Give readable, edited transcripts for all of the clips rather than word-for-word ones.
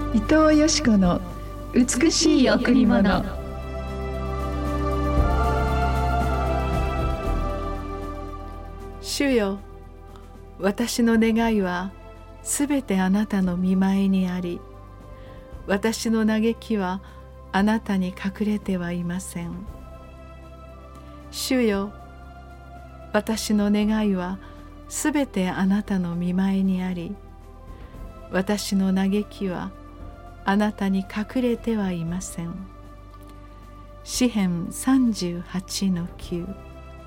伊藤よし子の美しい贈り物。 主よ、私の願いはすべてあなたの御前にあり、私の嘆きはあなたに隠れてはいません。主よ、私の願いはすべてあなたの御前にあり、私の嘆きはあなたに隠れてはいません。詩編 38-9。 お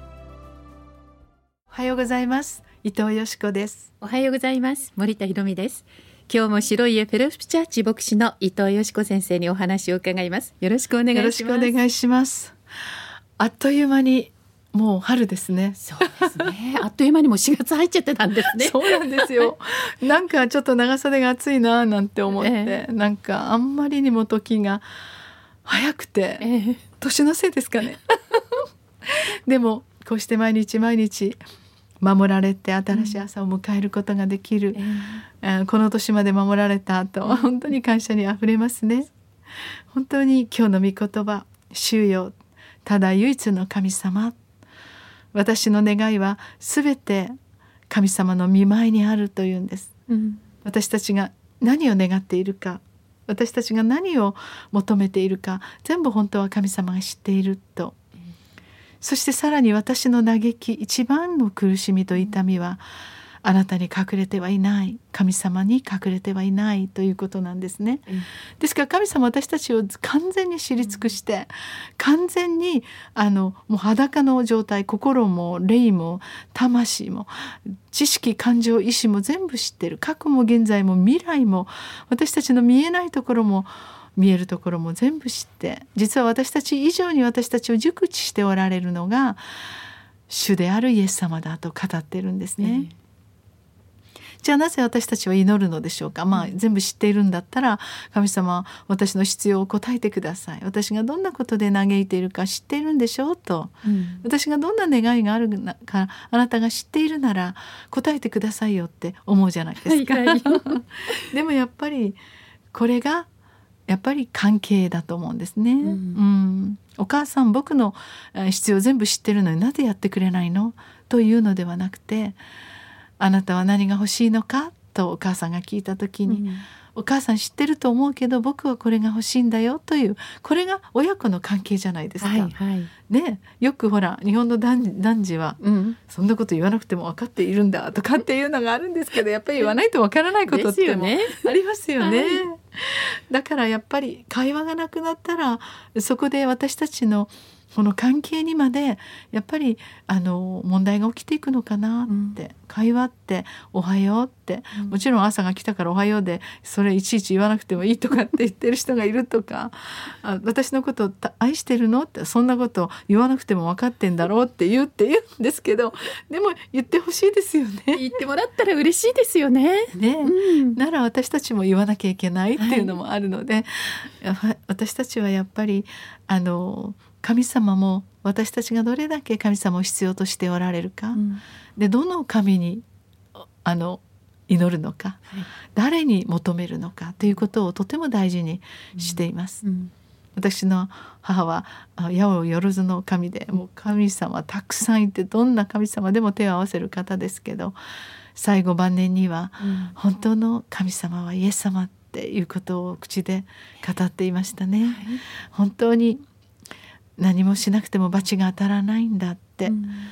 はようございます。伊藤よし子です。 おはようございます。森田博美です。今日も白家フェローシップチャーチ牧師の伊藤よし子先生にお話を伺います。よろしくお願いします。 よろしくお願いします。あっという間にもう春ですね。 そうですね。あっという間にもう4月入っちゃってたんですね。 そうなんですよ。なんかちょっと長袖が暑いななんて思って、なんかあんまりにも時が早くて、年のせいですかね。でもこうして毎日毎日守られて新しい朝を迎えることができる、この年まで守られたと、本当に感謝にあふれますね。本当に今日の御言葉、主よ、ただ唯一の神様、私の願いはすべて神様の御前にあるというんです、私たちが何を願っているか、私たちが何を求めているか、全部本当は神様が知っていると。そしてさらに私の嘆き、一番の苦しみと痛みはあなたに隠れてはいない、神様に隠れてはいないということなんですね、ですから神様は私たちを完全に知り尽くして、完全にもう裸の状態、心も霊も魂も知識、感情、意志も全部知っている。過去も現在も未来も、私たちの見えないところも見えるところも全部知って、実は私たち以上に私たちを熟知しておられるのが主であるイエス様だと語っているんですね、じゃあなぜ私たちは祈るのでしょうか。全部知っているんだったら、神様は私の必要を答えてください。私がどんなことで嘆いているか知っているんでしょうと、私がどんな願いがあるかあなたが知っているなら答えてくださいよって思うじゃないですか、でもやっぱりこれがやっぱり関係だと思うんですね、お母さん、僕の必要全部知ってるのになぜやってくれないのというのではなくて、あなたは何が欲しいのかとお母さんが聞いた時に、お母さん知ってると思うけど僕はこれが欲しいんだよという、これが親子の関係じゃないですか、ね、よくほら日本の男児は、そんなこと言わなくても分かっているんだとかっていうのがあるんですけど、やっぱり言わないと分からないことってもありますよね、だからやっぱり会話がなくなったら、そこで私たちのこの関係にまでやっぱり問題が起きていくのかなって、会話っておはようって、もちろん朝が来たからおはようでそれいちいち言わなくてもいいとかって言ってる人がいるとか、私のことを愛してるのって、そんなこと言わなくても分かってんだろうって言うんですけど、でも言ってほしいですよね。 言ってもらったら嬉しいですよね。 なら私たちも言わなきゃいけないっていうのもあるので、私たちはやっぱり神様も私たちがどれだけ神様を必要としておられるか、でどの神に祈るのか、誰に求めるのかということをとても大事にしています、私の母は八百万の神で、もう神様たくさんいて、どんな神様でも手を合わせる方ですけど、最後晩年には、本当の神様はイエス様っていうことを口で語っていましたね、本当に何もしなくても罰が当たらないんだって、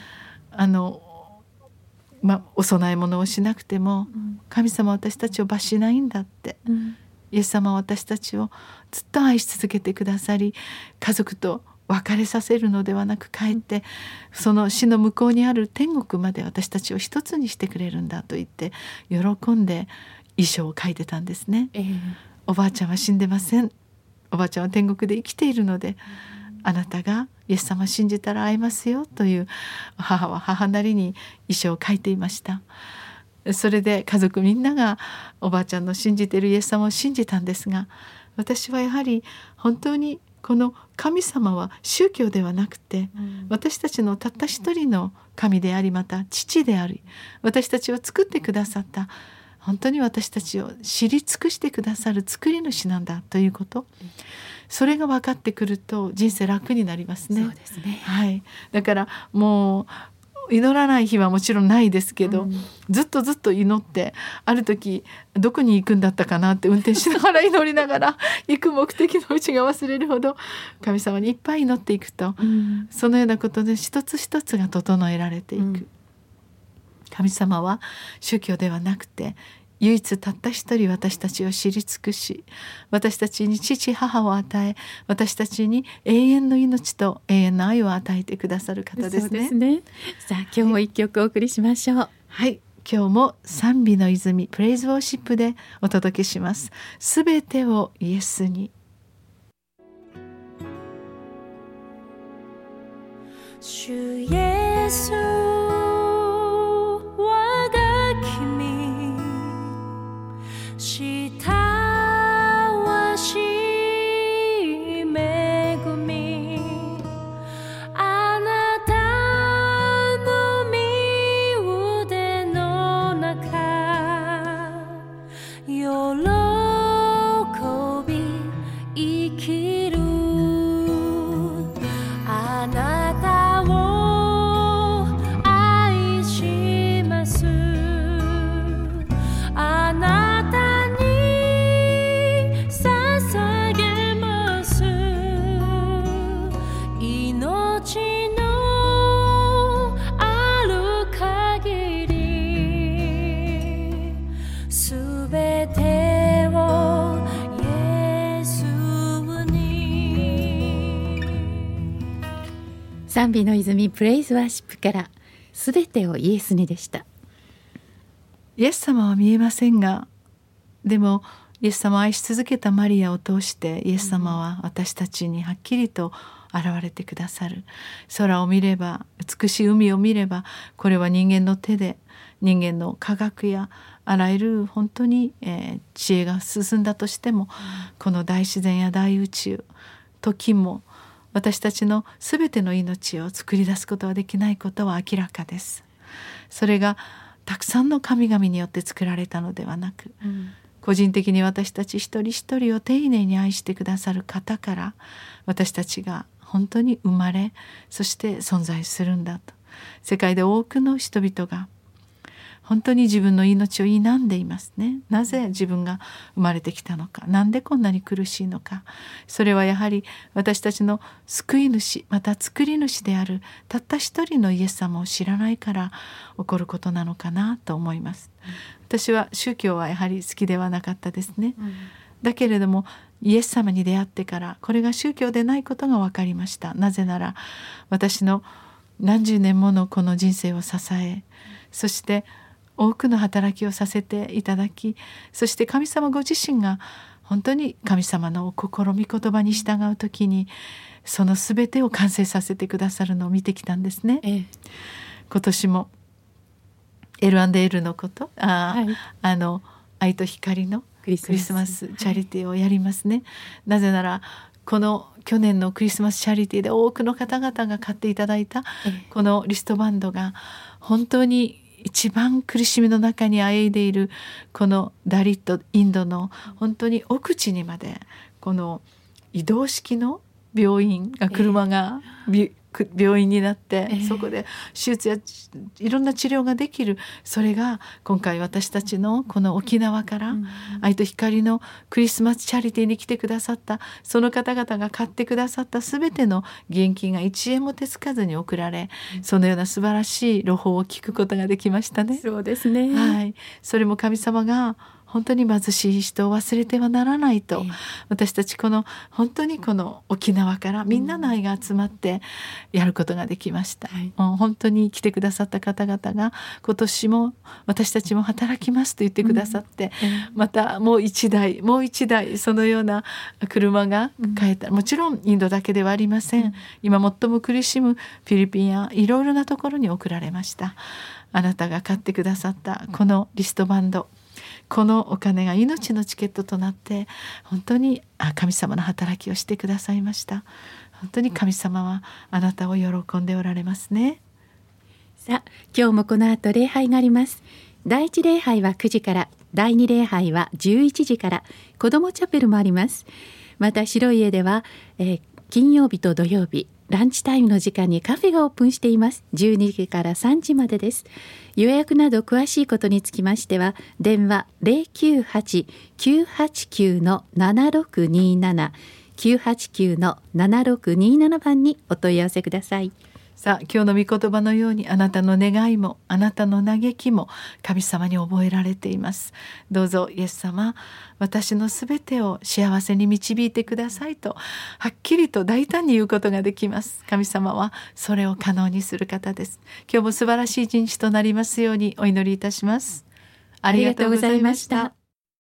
お供え物をしなくても、神様は私たちを罰しないんだって、イエス様は私たちをずっと愛し続けてくださり、家族と別れさせるのではなく、帰ってその死の向こうにある天国まで私たちを一つにしてくれるんだと言って喜んで遺書を書いてたんですね、おばあちゃんは死んでません、おばあちゃんは天国で生きているので、あなたがイエス様を信じたら会えますよという、母は母なりに遺書を書いていました。それで家族みんながおばあちゃんの信じているイエス様を信じたんですが、私はやはり本当にこの神様は宗教ではなくて、私たちのたった一人の神であり、また父であり、私たちを作ってくださった本当に私たちを知り尽くしてくださる作り主なんだということ、それが分かってくると人生楽になりますね。 そうですね、 はい、だからもう祈らない日はもちろんないですけど、ずっとずっと祈って、ある時どこに行くんだったかなって運転しながら祈りながら行く目的のうちが忘れるほど神様にいっぱい祈っていくと、そのようなことで一つ一つが整えられていく。神様は宗教ではなくて唯一たった一人私たちを知り尽くし、私たちに父母を与え、私たちに永遠の命と永遠の愛を与えてくださる方ですね。 そうですね。さあ今日も一曲お送りしましょう。 はい、今日も賛美の泉プレイズウォーシップでお届けします。すべてをイエスに。 主イエス賛美の泉プレイズワーシップからすべてをイエスにでした。 イエス様は見えませんが、でもイエス様を愛し続けたマリアを通してイエス様は私たちにはっきりと現れてくださる。空を見れば、美しい海を見れば、これは人間の手で、人間の科学やあらゆる本当に、知恵が進んだとしても、この大自然や大宇宙、時も私たちのすべての命を作り出すことはできないことは明らかです。それがたくさんの神々によって作られたのではなく、個人的に私たち一人一人を丁寧に愛してくださる方から私たちが本当に生まれ、そして存在するんだと。世界で多くの人々が本当に自分の命を否んでいますね。なぜ自分が生まれてきたのか、なんでこんなに苦しいのか。それはやはり私たちの救い主、また作り主であるたった一人のイエス様を知らないから起こることなのかなと思います。私は宗教はやはり好きではなかったですね。だけれどもイエス様に出会ってからこれが宗教でないことが分かりました。なぜなら私の何十年ものこの人生を支え、そして多くの働きをさせていただき、そして神様ご自身が本当に神様のお心御言葉に従うときにそのすべてを完成させてくださるのを見てきたんですね。今年も L&L のこと、愛と光のクリスマスチャリティーをやりますね。なぜならこの去年のクリスマスチャリティーで多くの方々が買っていただいたこのリストバンドが本当に一番苦しみの中にあえいでいるこのダリットインドの本当に奥地にまでこの移動式の病院が車が病院になって、そこで手術やいろんな治療ができる。それが今回私たちのこの沖縄から愛と光のクリスマスチャリティーに来てくださったその方々が買ってくださったすべての現金が1円も手つかずに送られ、そのような素晴らしい露法を聞くことができましたね。 そうですね、 はい、それも神様が本当に貧しい人を忘れてはならないと、私たちこの本当にこの沖縄からみんなの愛が集まってやることができました。もう本当に来てくださった方々が今年も私たちも働きますと言ってくださって、またもう一台そのような車が買えた。もちろんインドだけではありません。今最も苦しむフィリピンやいろいろなところに送られました。あなたが買ってくださったこのリストバンド、このお金が命のチケットとなって本当に神様の働きをしてくださいました。本当に神様はあなたを喜んでおられますね。 さあ今日もこの後礼拝があります。第一礼拝は9時から、 第2礼拝は11時から、子どもチャペルもあります。また白い家では、金曜日と土曜日ランチタイムの時間にカフェがオープンしています。12時から3時までです。予約など詳しいことにつきましては、電話 098-989-7627 989-7627 番にお問い合わせください。 さあ、今日の御言葉のように、あなたの願いもあなたの嘆きも神様に覚えられています。どうぞイエス様、私のすべてを幸せに導いてくださいとはっきりと大胆に言うことができます。神様はそれを可能にする方です。今日も素晴らしい一日となりますようにお祈りいたします。ありがとうございました。